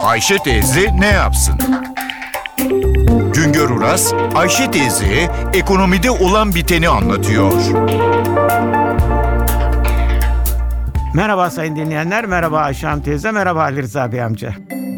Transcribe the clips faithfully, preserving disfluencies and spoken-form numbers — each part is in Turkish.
Ayşe teyze ne yapsın? Güngör Uras, Ayşe teyzeye ekonomide olan biteni anlatıyor. Merhaba sayın dinleyenler, merhaba Ayşe Hanım teyze, merhaba Ali Rıza Bey amca.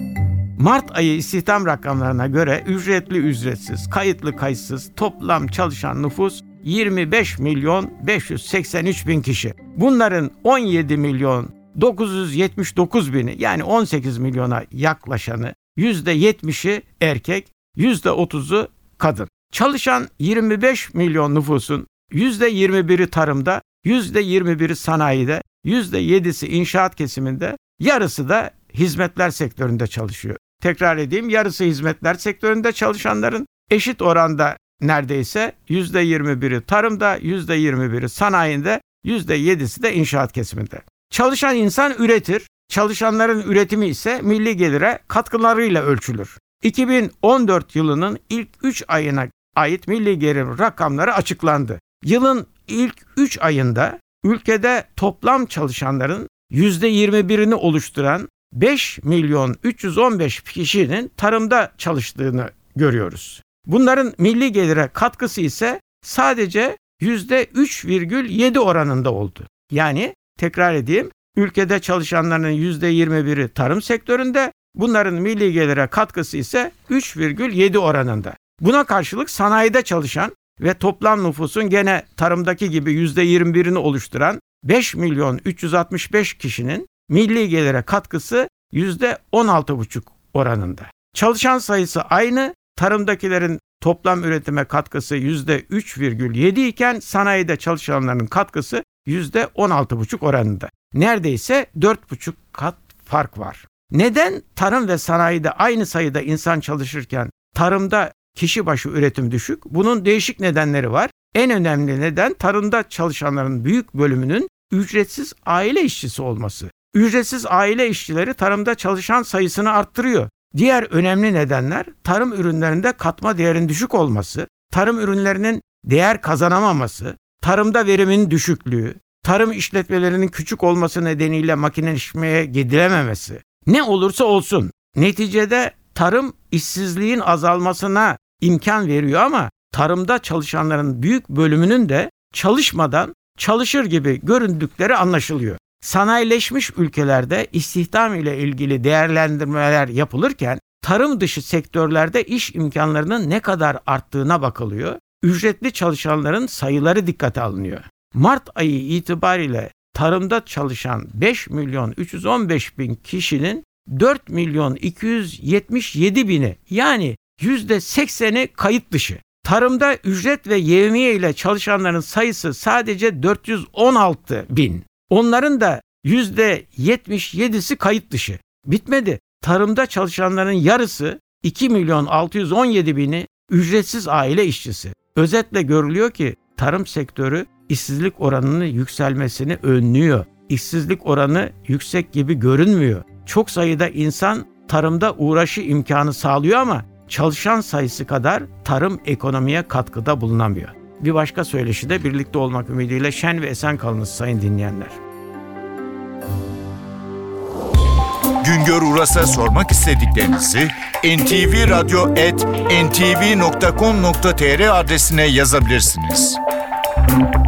Mart ayı istihdam rakamlarına göre ücretli ücretsiz, kayıtlı kayıtsız toplam çalışan nüfus yirmi beş milyon beş yüz seksen üç bin kişi. Bunların on yedi milyon dokuz yüz yetmiş dokuz bini yani on sekiz milyona yaklaşanı, yüzde yetmişi erkek, yüzde otuzu kadın. Çalışan yirmi beş milyon nüfusun yüzde yirmi biri tarımda, yüzde yirmi biri sanayide, yüzde yedisi inşaat kesiminde, yarısı da hizmetler sektöründe çalışıyor. Tekrar edeyim, yarısı hizmetler sektöründe çalışanların eşit oranda neredeyse yüzde yirmi biri tarımda, yüzde yirmi biri sanayinde, yüzde yedisi de inşaat kesiminde. Çalışan insan üretir, çalışanların üretimi ise milli gelire katkılarıyla ölçülür. iki bin on dört yılının ilk üç ayına ait milli gelir rakamları açıklandı. Yılın ilk üç ayında ülkede toplam çalışanların yüzde yirmi birini oluşturan beş milyon üç yüz on beş kişinin tarımda çalıştığını görüyoruz. Bunların milli gelire katkısı ise sadece yüzde üç virgül yedi oranında oldu. Yani tekrar edeyim, ülkede çalışanların yüzde yirmi biri tarım sektöründe, bunların milli gelire katkısı ise üç virgül yedi oranında. Buna karşılık sanayide çalışan ve toplam nüfusun gene tarımdaki gibi yüzde yirmi birini oluşturan beş milyon üç yüz altmış beş kişinin milli gelire katkısı yüzde on altı virgül beş oranında. Çalışan sayısı aynı, tarımdakilerin toplam üretime katkısı yüzde üç virgül yedi iken sanayide çalışanların katkısı yüzde on altı virgül beş oranında. Neredeyse dört buçuk kat fark var. Neden tarım ve sanayide aynı sayıda insan çalışırken tarımda kişi başı üretim düşük? Bunun değişik nedenleri var. En önemli neden tarımda çalışanların büyük bölümünün ücretsiz aile işçisi olması. Ücretsiz aile işçileri tarımda çalışan sayısını arttırıyor. Diğer önemli nedenler tarım ürünlerinde katma değerin düşük olması, tarım ürünlerinin değer kazanamaması, tarımda verimin düşüklüğü, tarım işletmelerinin küçük olması nedeniyle makineleşmeye gidilememesi. Ne olursa olsun neticede tarım işsizliğin azalmasına imkan veriyor ama tarımda çalışanların büyük bölümünün de çalışmadan çalışır gibi göründükleri anlaşılıyor. Sanayileşmiş ülkelerde istihdam ile ilgili değerlendirmeler yapılırken tarım dışı sektörlerde iş imkanlarının ne kadar arttığına bakılıyor. Ücretli çalışanların sayıları dikkate alınıyor. Mart ayı itibariyle tarımda çalışan beş milyon üç yüz on beş bin kişinin dört milyon iki yüz yetmiş yedi bini yani yüzde sekseni kayıt dışı. Tarımda ücret ve yevmiye ile çalışanların sayısı sadece dört yüz on altı bin. Onların da yüzde yetmiş yedisi kayıt dışı. Bitmedi. Tarımda çalışanların yarısı iki milyon altı yüz on yedi bini ücretsiz aile işçisi. Özetle görülüyor ki tarım sektörü işsizlik oranının yükselmesini önlüyor. İşsizlik oranı yüksek gibi görünmüyor. Çok sayıda insan tarımda uğraşı imkanı sağlıyor ama çalışan sayısı kadar tarım ekonomiye katkıda bulunamıyor. Bir başka söyleşide birlikte olmak ümidiyle şen ve esen kalınız sayın dinleyenler. Güngör Uras'a sormak istediklerinizi en ti vi radyo at en ti vi nokta com nokta tr adresine yazabilirsiniz.